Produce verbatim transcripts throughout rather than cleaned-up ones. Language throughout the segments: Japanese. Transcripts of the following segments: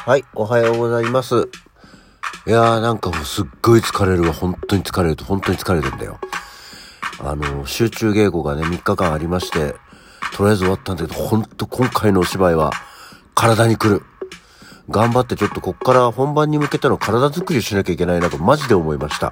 はい、おはようございます。いやーなんかもうすっごい疲れるわ。本当に疲れると本当に疲れてんだよ。あの集中稽古がねみっかかんありまして、とりあえず終わったんだけど、本当今回のお芝居は体にくる。頑張ってちょっとこっから本番に向けての体作りをしなきゃいけないなとマジで思いました。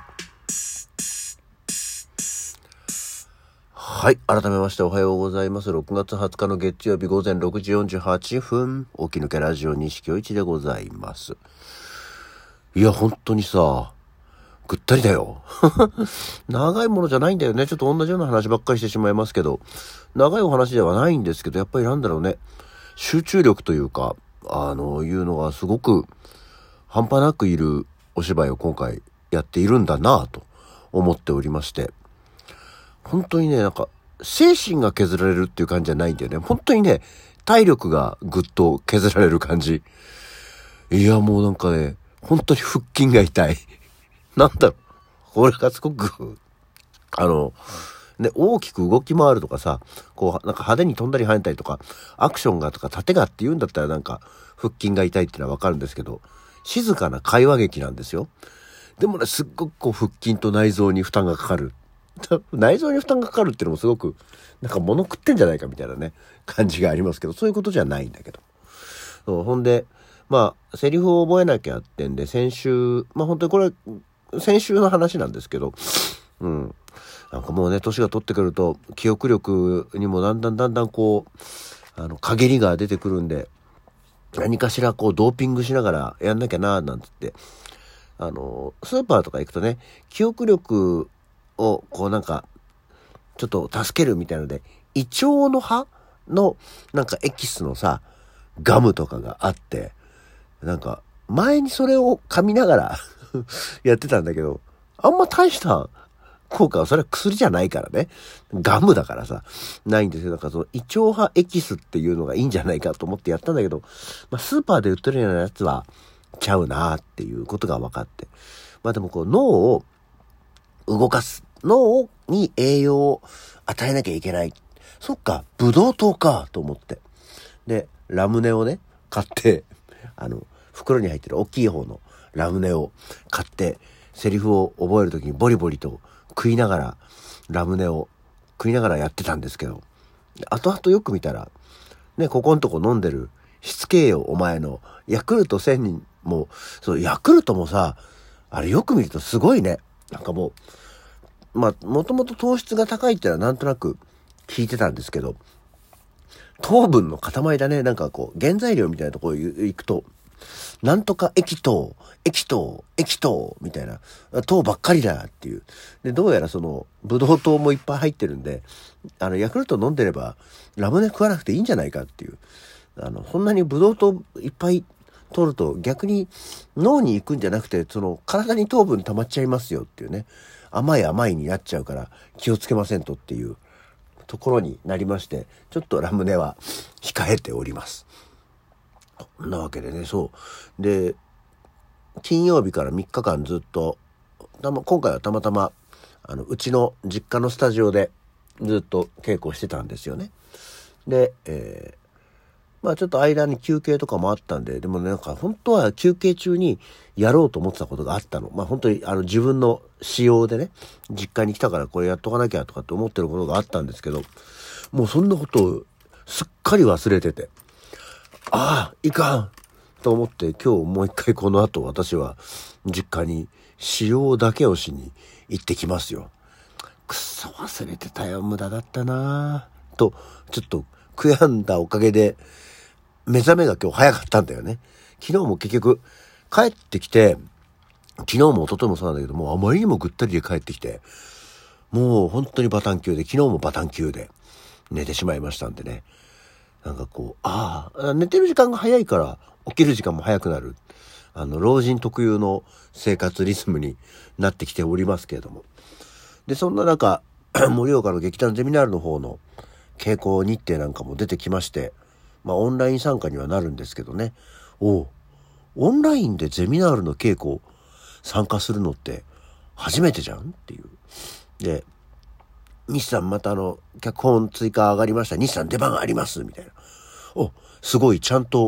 はい、改めましておはようございます。ろくがつはつかの月曜日午前ろくじよんじゅうはっぷん、起き抜けラジオ西京一でございます。いや本当にさ、ぐったりだよ長いものじゃないんだよね。ちょっと同じような話ばっかりしてしまいますけど、長いお話ではないんですけど、やっぱりなんだろうね、集中力というかあのいうのがすごく半端なくいるお芝居を今回やっているんだなぁと思っておりまして、本当にね、なんか精神が削られるっていう感じじゃないんだよね。本当にね、体力がぐっと削られる感じ。いやもうなんかね、本当に腹筋が痛いなんだろう、これがすごくあのね、大きく動き回るとかさ、こうなんか派手に飛んだり跳ねたりとかアクションがとか縦がって言うんだったらなんか腹筋が痛いっていうのはわかるんですけど、静かな会話劇なんですよ。でもね、すっごくこう腹筋と内臓に負担がかかる内臓に負担がかかるっていうのもすごくなんか物食ってんじゃないかみたいなね感じがありますけど、そういうことじゃないんだけど、そうほんでまあセリフを覚えなきゃってんで、先週まあ本当にこれ先週の話なんですけど、うんなんかもうね年が取ってくると記憶力にもだんだんだんだんこうあの陰りが出てくるんで、何かしらこうドーピングしながらやんなきゃなーなんつって、あのスーパーとか行くとね、記憶力をこうなんかちょっと助けるみたいので、イチョウの葉のなんかエキスのさガムとかがあって、なんか前にそれを噛みながらやってたんだけど、あんま大した効果は、それは薬じゃないからね、ガムだからさないんですよ。だからそのイチョウ葉エキスっていうのがいいんじゃないかと思ってやったんだけど、まあ、スーパーで売ってるようなやつはちゃうなーっていうことが分かって、まあでもこう脳を動かす、脳に栄養を与えなきゃいけない。そっか、ブドウ糖かと思って。で、ラムネをね、買って、あの、袋に入ってる大きい方のラムネを買って、セリフを覚えるときにボリボリと食いながら、ラムネを食いながらやってたんですけど、後々よく見たら、ね、ここんとこ飲んでる、しつけえよお前の、ヤクルトせんにんも、そう、ヤクルトもさ、あれよく見るとすごいね。なんかもう、まあ、もともと糖質が高いってのはなんとなく聞いてたんですけど、糖分の塊だね。なんかこう、原材料みたいなところ行くと、なんとか液糖、液糖、液糖みたいな、糖ばっかりだっていう。で、どうやらその、ブドウ糖もいっぱい入ってるんで、あの、ヤクルト飲んでれば、ラムネ食わなくていいんじゃないかっていう。あの、そんなにブドウ糖いっぱい取ると逆に脳に行くんじゃなくて、その体に糖分溜まっちゃいますよっていうね、甘い甘いになっちゃうから気をつけませんとっていうところになりまして、ちょっとラムネは控えております。そんなわけでね、そうで金曜日からみっかかんずっとたま今回はたまたまあのうちの実家のスタジオでずっと稽古してたんですよね。で、えーまあちょっと間に休憩とかもあったんで、でもなんか本当は休憩中にやろうと思ってたことがあったの。まあ本当にあの自分の仕様でね、実家に来たからこれやっとかなきゃとかって思ってることがあったんですけど、もうそんなことをすっかり忘れてて、ああ、いかんと思って今日もう一回この後私は実家に仕様だけをしに行ってきますよ。くっそ忘れてたよ、無駄だったなぁとちょっと悔やんだおかげで目覚めが今日早かったんだよね。昨日も結局帰ってきて、昨日も一昨日もそうなんだけど、もうあまりにもぐったりで帰ってきて、もう本当にバタン級で、昨日もバタン級で寝てしまいましたんでね。なんかこう、ああ、寝てる時間が早いから起きる時間も早くなる。あの、老人特有の生活リズムになってきておりますけれども。で、そんな中、盛岡の劇団ゼミナールの方の稽古日程なんかも出てきまして、まあオンライン参加にはなるんですけどね。おう、オンラインでゼミナールの稽古参加するのって初めてじゃんっていう。で、西さんまたあの、脚本追加上がりました。西さん出番ありますみたいな。お、すごいちゃんと、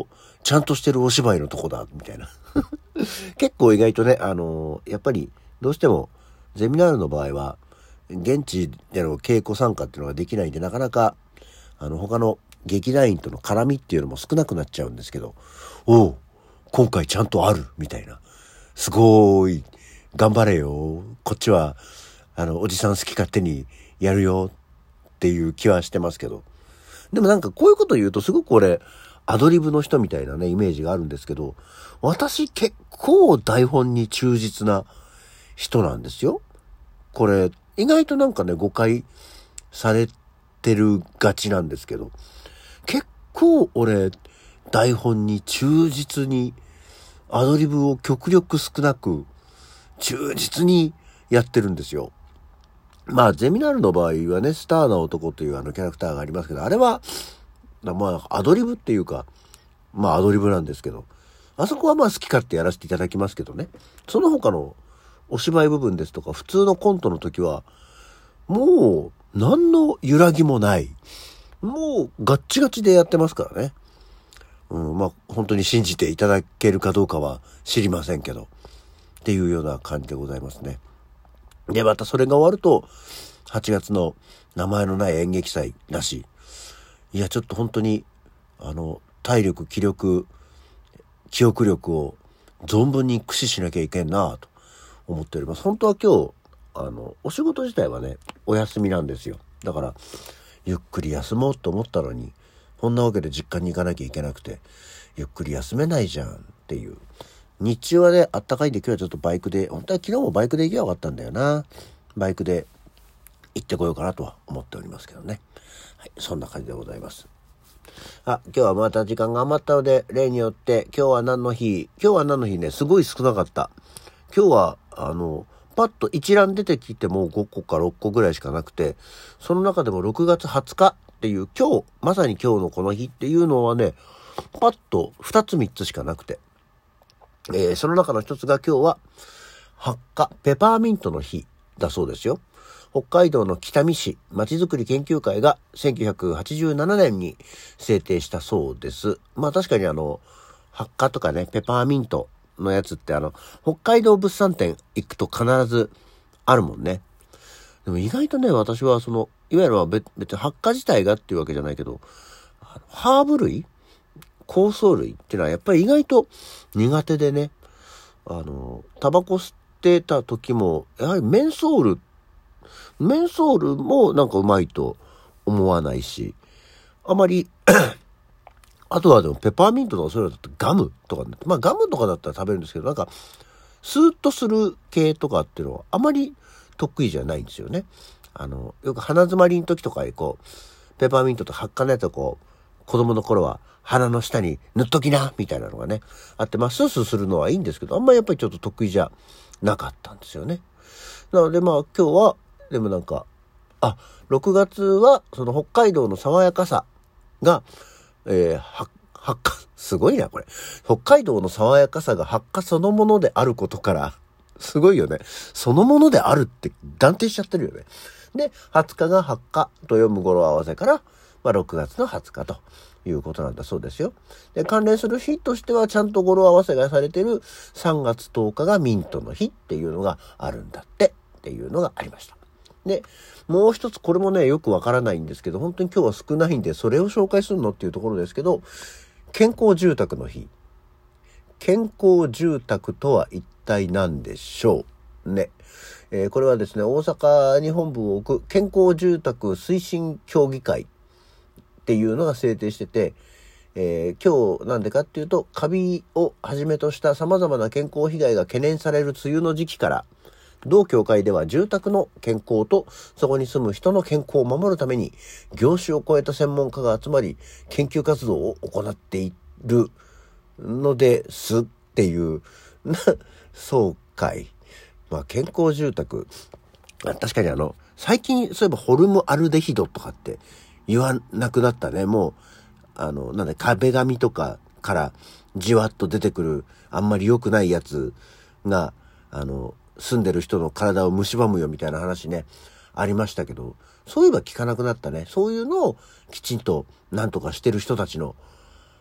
ちゃんとしてるお芝居のとこだ、みたいな。結構意外とね、あのー、やっぱりどうしてもゼミナールの場合は、現地での稽古参加っていうのができないんで、なかなか、あの、他の劇団員との絡みっていうのも少なくなっちゃうんですけど、おう、今回ちゃんとある、みたいな。すごーい、頑張れよ。こっちは、あの、おじさん好き勝手にやるよっていう気はしてますけど。でもなんかこういうこと言うとすごく俺、アドリブの人みたいなね、イメージがあるんですけど、私結構台本に忠実な人なんですよ。これ、意外となんかね、誤解されてるがちなんですけど、結構俺、台本に忠実に、アドリブを極力少なく、忠実にやってるんですよ。まあ、ゼミナールの場合はね、スターな男というあのキャラクターがありますけど、あれは、まあ、アドリブっていうか、まあ、アドリブなんですけど、あそこはまあ、好き勝手やらせていただきますけどね。その他のお芝居部分ですとか、普通のコントの時は、もう、何の揺らぎもない。もう、ガッチガチでやってますからね。うん、まあ、本当に信じていただけるかどうかは知りませんけど、っていうような感じでございますね。で、またそれが終わると、はちがつの名前のない演劇祭らしい。いや、ちょっと本当に、あの、体力、気力、記憶力を存分に駆使しなきゃいけんなと思っております。本当は今日、あの、お仕事自体はね、お休みなんですよ。だから、ゆっくり休もうと思ったのに、こんなわけで実家に行かなきゃいけなくて、ゆっくり休めないじゃんっていう。日中はね、あったかいんで今日はちょっとバイクで、本当は昨日もバイクで行けばよかったんだよな。バイクで行ってこようかなとは思っておりますけどね。はい、そんな感じでございます。あ、今日はまた時間が余ったので、例によって、今日は何の日今日は何の日ね、すごい少なかった。今日は、あの、パッと一覧出てきてもごこかろっこぐらいしかなくて、その中でもろくがつはつかっていう、今日、まさに今日のこの日っていうのはね、パッとふたつみっつしかなくて、えー、その中の一つが今日は、発火、ペパーミントの日だそうですよ。北海道の北見市まちづくり研究会がせんきゅうひゃくはちじゅうななねんに制定したそうです。まあ確かにあの、発火とかね、ペパーミントのやつってあの、北海道物産展行くと必ずあるもんね。でも意外とね、私はその、いわゆる別に発火自体がっていうわけじゃないけど、ハーブ類香草類っていうのはやっぱり意外と苦手でね、あの、タバコ吸ってた時も、やはりメンソール、メンソールもなんかうまいと思わないし、あまり、あとはでもペパーミントとかそういうのだとガムとか、ね、まあガムとかだったら食べるんですけど、なんか、スーッとする系とかっていうのはあまり得意じゃないんですよね。あの、よく鼻詰まりの時とかにこう、ペパーミントと発火のやつをこう、子供の頃は鼻の下に塗っときなみたいなのがねあって、まあスースーするのはいいんですけど、あんまりやっぱりちょっと得意じゃなかったんですよね。なのでまあ今日はでもなんかあろくがつはその北海道の爽やかさが、えー、発火すごいなこれ北海道の爽やかさが発火そのものであることからすごいよね。そのものであるって断定しちゃってるよね。ではつかが発火と読む語呂合わせから、まあ、ろくがつのはつかということなんだそうですよ。で、関連する日としてはちゃんと語呂合わせがされているさんがつとおかがミントの日っていうのがあるんだってっていうのがありました。で、もう一つこれもねよくわからないんですけど、本当に今日は少ないんでそれを紹介するのっていうところですけど、健康住宅の日。健康住宅とは一体何でしょうね。えー、これはですね、大阪に本部を置く健康住宅推進協議会っていうのが制定してて、えー、今日なんでかっていうと、カビをはじめとした様々な健康被害が懸念される梅雨の時期から、同協会では住宅の健康とそこに住む人の健康を守るために業種を超えた専門家が集まり研究活動を行っているのですっていうそうかい。まあ健康住宅、確かにあの最近そういえばホルムアルデヒドとかって言わなくなったね。もうあのなんだ壁紙とかからじわっと出てくるあんまり良くないやつがあの住んでる人の体を蝕むよみたいな話ねありましたけど、そういえば聞かなくなったね。そういうのをきちんとなんとかしてる人たちの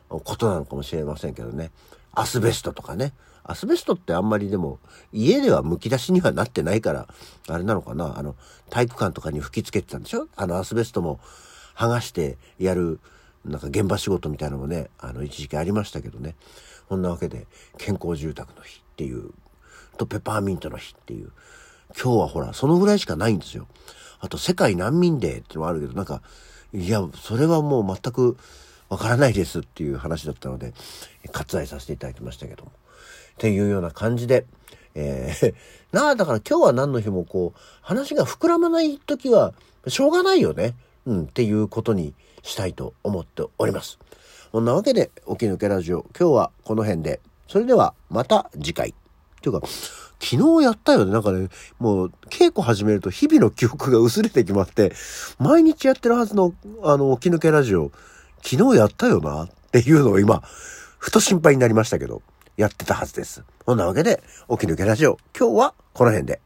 ことなのかもしれませんけどね。アスベストとかね。アスベストってあんまりでも家ではむき出しにはなってないから、あれなのかな、あの体育館とかに吹きつけてたんでしょ、あのアスベストも剥がしてやるなんか現場仕事みたいなのもね、あの一時期ありましたけどね。こんなわけで健康住宅の日っていうとペパーミントの日っていう、今日はほらそのぐらいしかないんですよ。あと世界難民デーってのもあるけど、なんかいやそれはもう全くわからないですっていう話だったので割愛させていただきましたけども、っていうような感じで、えー、なあだから今日は何の日もこう話が膨らまない時はしょうがないよね、うんっていうことにしたいと思っております。こんなわけで起き抜けラジオ、今日はこの辺で。それではまた次回。というか昨日やったよね。なんかね、もう稽古始めると日々の記憶が薄れてきまって、毎日やってるはずのあの起き抜けラジオ、昨日やったよなっていうのを今ふと心配になりましたけど、やってたはずです。こんなわけで起き抜けラジオ、今日はこの辺で。